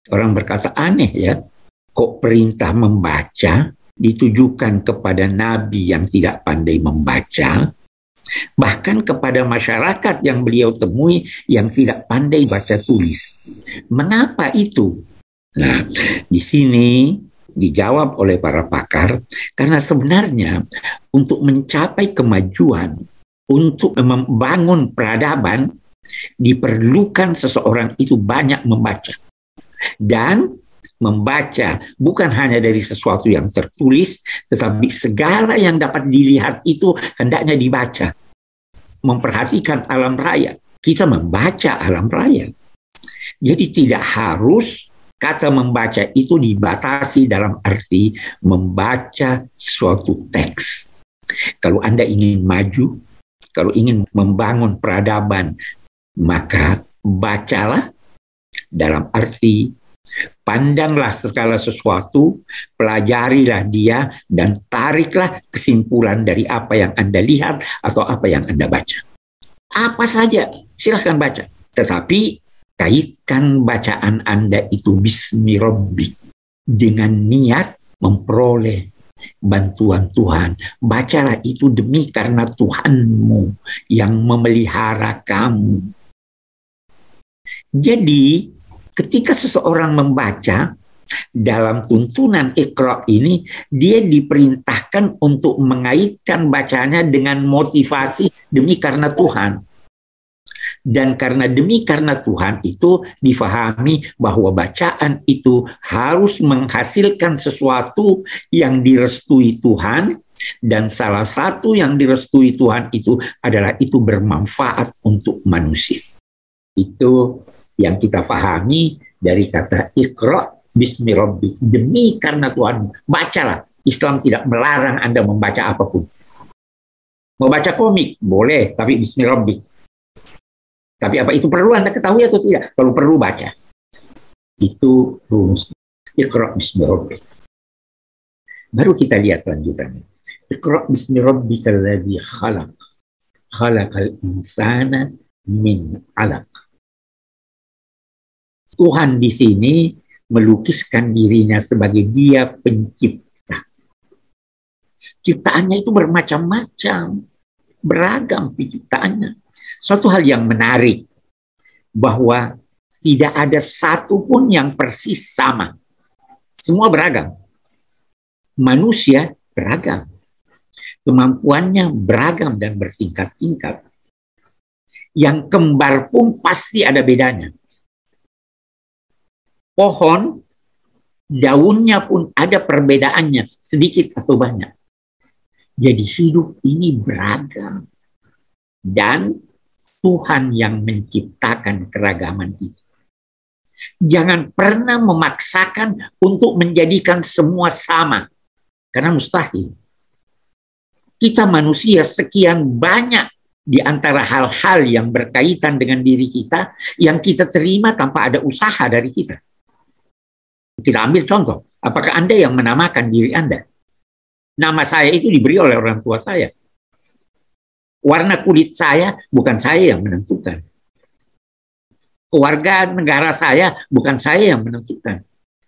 Orang berkata aneh ya, kok perintah membaca ditujukan kepada nabi yang tidak pandai membaca, bahkan kepada masyarakat yang beliau temui yang tidak pandai baca tulis. Mengapa itu? Nah, di sini dijawab oleh para pakar, karena sebenarnya untuk mencapai kemajuan, untuk membangun peradaban, diperlukan seseorang itu banyak membaca. Dan membaca bukan hanya dari sesuatu yang tertulis, tetapi segala yang dapat dilihat itu hendaknya dibaca. Memperhatikan alam raya, kita membaca alam raya. Jadi tidak harus kata membaca itu dibatasi dalam arti membaca suatu teks. Kalau Anda ingin maju, kalau ingin membangun peradaban, maka bacalah dalam arti pandanglah segala sesuatu, pelajarilah dia, dan tariklah kesimpulan dari apa yang Anda lihat atau apa yang Anda baca. Apa saja, silahkan baca. Tetapi kaitkan bacaan Anda itu bismi rabbik dengan niat memperoleh bantuan Tuhan. Bacalah itu demi karena Tuhanmu yang memelihara kamu. Jadi ketika seseorang membaca dalam tuntunan Iqra ini, dia diperintahkan untuk mengaitkan bacanya dengan motivasi demi karena Tuhan. Dan karena demi karena Tuhan itu difahami bahwa bacaan itu harus menghasilkan sesuatu yang direstui Tuhan, dan salah satu yang direstui Tuhan itu adalah itu bermanfaat untuk manusia. Itu yang kita pahami dari kata Iqra bismi rabbik, demi karena Tuhan. Bacalah. Islam tidak melarang Anda membaca apapun. Mau baca komik boleh, tapi bismi rabbik. Tapi apa itu perlu Anda ketahui atau tidak? Kalau perlu baca. Itu rumus. Iqra bismi rabbik. Baru kita lihat lanjutannya. Iqra bismi rabbikal ladzi khalaq. Khalaqal insana min 'alaq. Tuhan di sini melukiskan dirinya sebagai dia pencipta. Ciptaannya itu bermacam-macam, beragam penciptaannya. Suatu hal yang menarik, bahwa tidak ada satu pun yang persis sama. Semua beragam. Manusia beragam. Kemampuannya beragam dan bertingkat-tingkat. Yang kembar pun pasti ada bedanya. Pohon, daunnya pun ada perbedaannya, sedikit atau banyak. Jadi hidup ini beragam. Dan Tuhan yang menciptakan keragaman itu. Jangan pernah memaksakan untuk menjadikan semua sama. Karena mustahil. Kita manusia sekian banyak di antara hal-hal yang berkaitan dengan diri kita yang kita terima tanpa ada usaha dari kita. Kita ambil contoh, apakah Anda yang menamakan diri Anda? Nama saya itu diberi oleh orang tua saya. Warna kulit saya bukan saya yang menentukan. Keluarga negara saya bukan saya yang menentukan.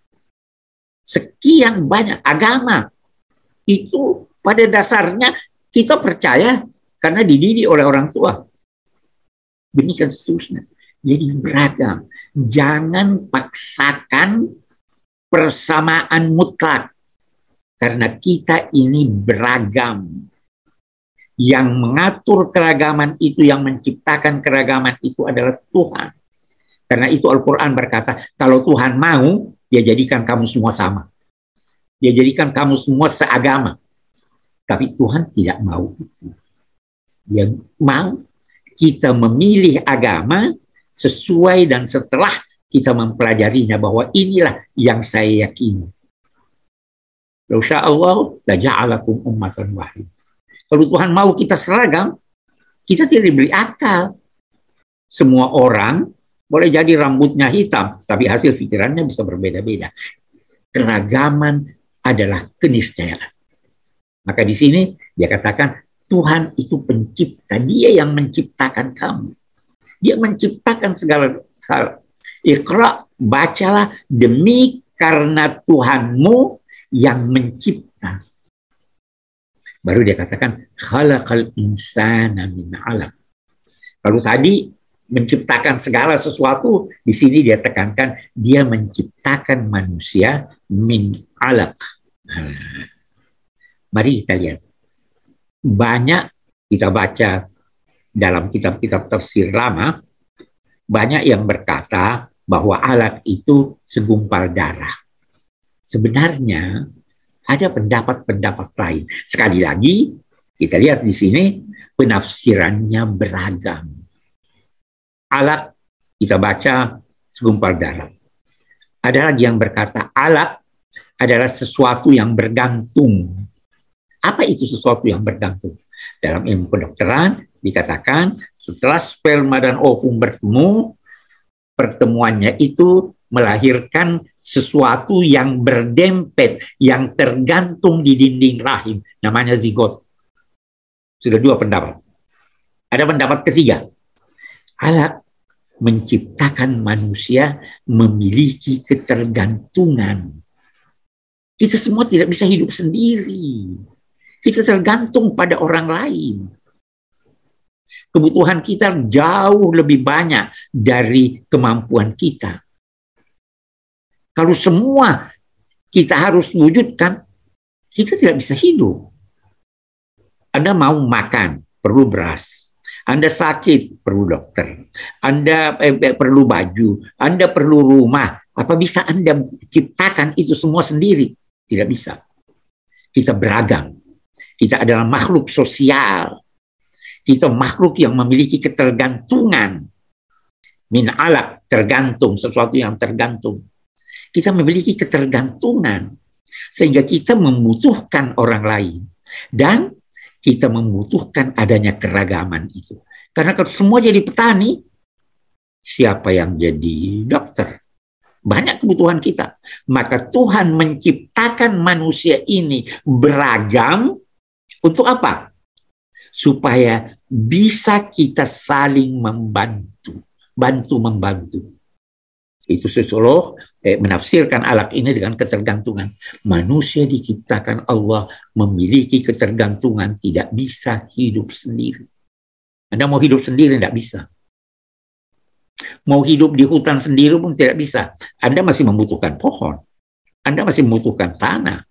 Sekian banyak agama. Itu pada dasarnya kita percaya karena dididik oleh orang tua. Demikian seterusnya. Jadi beragam. Jangan paksakan persamaan mutlak. Karena kita ini beragam. Yang mengatur keragaman itu, yang menciptakan keragaman itu adalah Tuhan. Karena itu Al-Quran berkata, kalau Tuhan mau, dia jadikan kamu semua sama. Dia jadikan kamu semua seagama. Tapi Tuhan tidak mau itu. Dia mau kita memilih agama sesuai dan setelah kita mempelajarinya bahwa inilah yang saya yakini. Lau sya'allahu la ja'alakum ummatan wahidah. Kalau Tuhan mau kita seragam, kita tidak diberi akal. Semua orang boleh jadi rambutnya hitam, tapi hasil pikirannya bisa berbeda-beda. Keragaman adalah keniscayaan. Maka di sini dia katakan, Tuhan itu pencipta. Dia yang menciptakan kamu. Dia menciptakan segala hal. Iqra Bacalah demi karena Tuhanmu yang mencipta. Baru dia katakan khalaqal insana min 'alaq. Kalau tadi menciptakan segala sesuatu, di sini dia tekankan dia menciptakan manusia min 'alaq. Nah, mari kita lihat. Banyak kita baca dalam kitab-kitab tafsir lama, banyak yang berkata bahwa alaq itu segumpal darah. Sebenarnya ada pendapat-pendapat lain. Sekali lagi, kita lihat di sini penafsirannya beragam. Alaq kita baca segumpal darah. Ada lagi yang berkata alaq adalah sesuatu yang bergantung. Apa itu sesuatu yang bergantung? Dalam ilmu kedokteran dikatakan setelah sperma dan ovum bertemu, pertemuannya itu melahirkan sesuatu yang berdempet, yang tergantung di dinding rahim, namanya zigot. Sudah dua pendapat. Ada pendapat ketiga. Alaq menciptakan manusia memiliki ketergantungan. Kita semua tidak bisa hidup sendiri. Kita tergantung pada orang lain. Kebutuhan kita jauh lebih banyak dari kemampuan kita. Kalau semua kita harus wujudkan, kita tidak bisa hidup. Anda mau makan, perlu beras. Anda sakit, perlu dokter. Anda perlu baju. Anda perlu rumah. Apa bisa Anda ciptakan itu semua sendiri? Tidak bisa. Kita beragam. Kita adalah makhluk sosial. Kita makhluk yang memiliki ketergantungan. Min 'alaq, tergantung, sesuatu yang tergantung. Kita memiliki ketergantungan. Sehingga kita membutuhkan orang lain. Dan kita membutuhkan adanya keragaman itu. Karena kalau semua jadi petani, siapa yang jadi dokter? Banyak kebutuhan kita. Maka Tuhan menciptakan manusia ini beragam untuk apa? Supaya bisa kita saling membantu. Bantu-membantu. Itu sosiolog menafsirkan alaq ini dengan ketergantungan. Manusia diciptakan Allah memiliki ketergantungan, tidak bisa hidup sendiri. Anda mau hidup sendiri, tidak bisa. Mau hidup di hutan sendiri pun tidak bisa. Anda masih membutuhkan pohon. Anda masih membutuhkan tanah.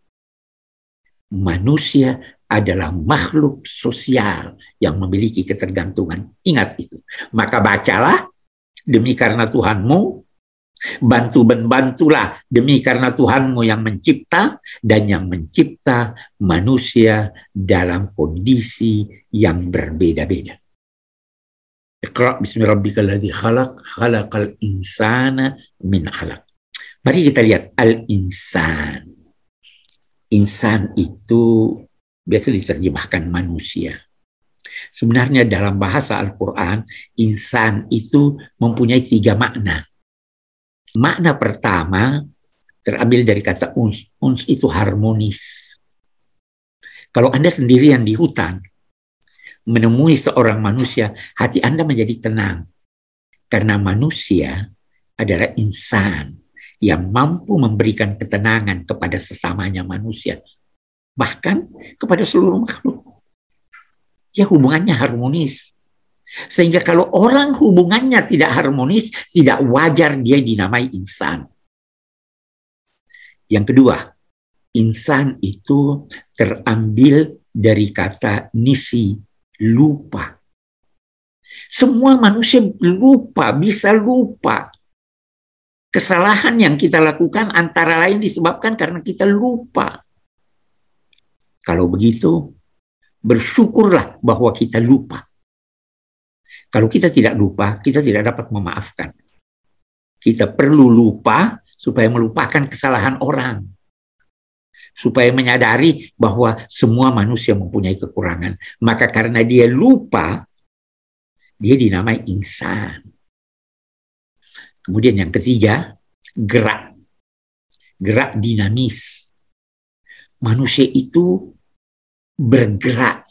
Manusia adalah makhluk sosial yang memiliki ketergantungan. Ingat itu. Maka bacalah demi karena Tuhanmu, bantulah demi karena Tuhanmu yang mencipta, dan yang mencipta manusia dalam kondisi yang berbeda-beda. Iqra bismi rabbikal ladzi khalaq, khalaqal insana min 'alaq. Mari kita lihat al-insan. Insan itu biasa diterjemahkan manusia. Sebenarnya dalam bahasa Al-Quran, insan itu mempunyai 3 makna. Makna pertama terambil dari kata uns. Uns itu harmonis. Kalau Anda sendirian di hutan, menemui seorang manusia, hati Anda menjadi tenang. Karena manusia adalah insan yang mampu memberikan ketenangan kepada sesamanya manusia. Bahkan kepada seluruh makhluk. Ya, hubungannya harmonis. Sehingga kalau orang hubungannya tidak harmonis, tidak wajar dia dinamai insan. Yang kedua, insan itu terambil dari kata nisi, lupa. Semua manusia lupa, bisa lupa. Kesalahan yang kita lakukan antara lain disebabkan karena kita lupa. Kalau begitu, bersyukurlah bahwa kita lupa. Kalau kita tidak lupa, kita tidak dapat memaafkan. Kita perlu lupa supaya melupakan kesalahan orang. Supaya menyadari bahwa semua manusia mempunyai kekurangan. Maka karena dia lupa, dia dinamai insan. Kemudian yang ketiga, gerak. Gerak dinamis. Manusia itu bergerak.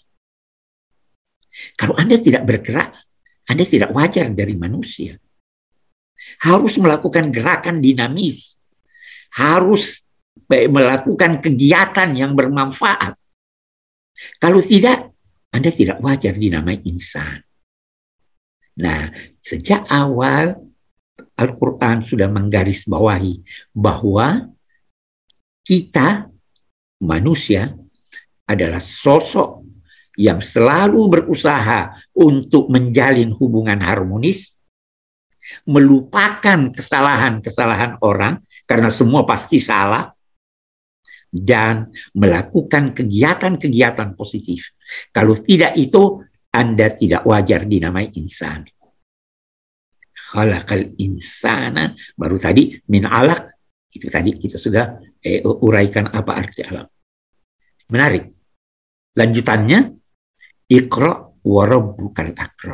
Kalau Anda tidak bergerak, Anda tidak wajar dari manusia. harus melakukan gerakan dinamis, harus melakukan kegiatan yang bermanfaat. Kalau tidak, Anda tidak wajar dinamai insan. Nah, sejak awal Al-Quran sudah menggarisbawahi bahwa kita manusia adalah sosok yang selalu berusaha untuk menjalin hubungan harmonis, melupakan kesalahan-kesalahan orang, karena semua pasti salah, dan melakukan kegiatan-kegiatan positif. Kalau tidak itu, Anda tidak wajar dinamai insan. Khalaqal insana, baru tadi min alaq, itu tadi kita sudah uraikan apa arti alaq. Menarik. Lanjutannya, Iqra wa rabbukal akram.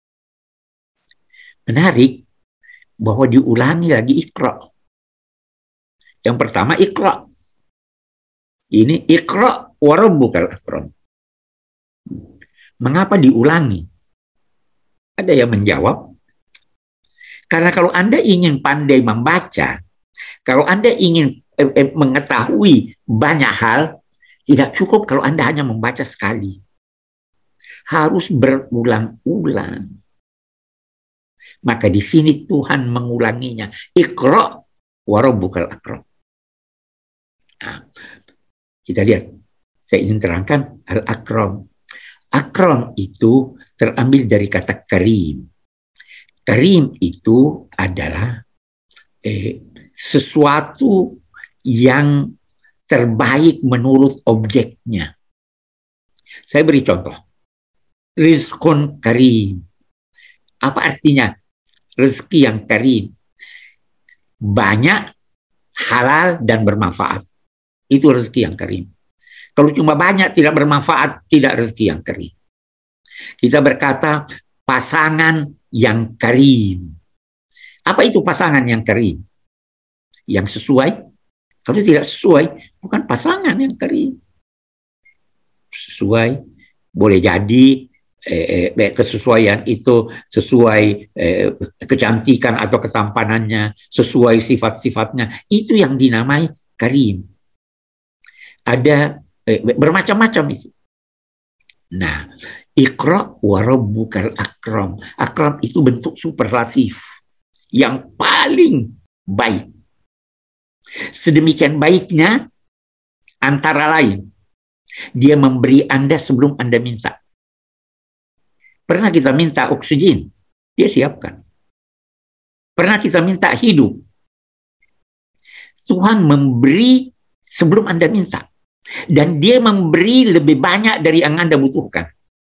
Menarik bahwa diulangi lagi Iqra. Yang pertama Iqra. Ini Iqra wa rabbukal akram. Mengapa diulangi? Ada yang menjawab, karena kalau Anda ingin pandai membaca, kalau Anda ingin mengetahui banyak hal, tidak cukup kalau Anda hanya membaca sekali. Harus berulang-ulang. Maka di sini Tuhan mengulanginya. Iqra wa rabbukal akram. Nah, kita lihat. Saya ingin terangkan al-akram. Akram itu terambil dari kata karim. Karim itu adalah sesuatu yang terbaik menurut objeknya. Saya beri contoh. Rizqun karim. Apa artinya? Rezeki yang karim. Banyak, halal, dan bermanfaat. Itu rezeki yang karim. Kalau cuma banyak, tidak bermanfaat, tidak rezeki yang karim. Kita berkata, pasangan yang karim. Apa itu pasangan yang karim? Yang sesuai. Kalau tidak sesuai, bukan pasangan yang karim. Sesuai, boleh jadi kesesuaian itu sesuai kecantikan atau ketampanannya, sesuai sifat-sifatnya. Itu yang dinamai karim. Ada bermacam-macam itu. Nah, Iqra wa rabbukal akram. Akram itu bentuk superlatif yang paling baik. Sedemikian baiknya, antara lain, dia memberi Anda sebelum Anda minta. Pernah kita minta oksigen, dia siapkan. Pernah kita minta hidup, Tuhan memberi sebelum Anda minta. Dan dia memberi lebih banyak dari yang Anda butuhkan.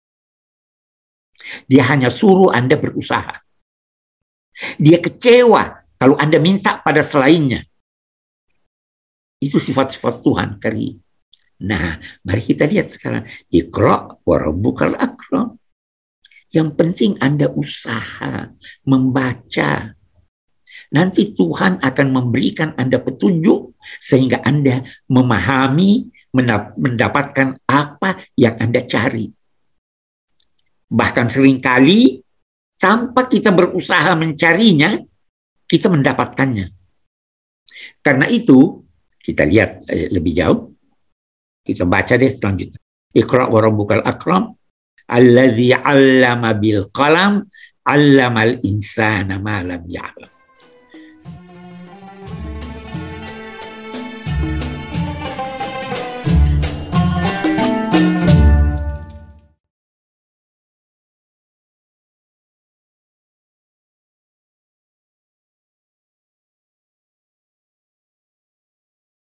Dia hanya suruh Anda berusaha. Dia kecewa kalau Anda minta pada selainnya. Itu sifat-sifat Tuhan kali. Nah, mari kita lihat sekarang. Iqra wa rabbukal akram. Yang penting Anda usaha membaca. Nanti Tuhan akan memberikan Anda petunjuk sehingga Anda memahami, mendapatkan apa yang Anda cari. Bahkan seringkali tanpa kita berusaha mencarinya, kita mendapatkannya. Karena itu, kita lihat lebih jauh. Kita baca deh selanjutnya. Iqra wa rabbukal akram. Alladzi 'allama bil qalam 'allamal insana ma lam ya'lam.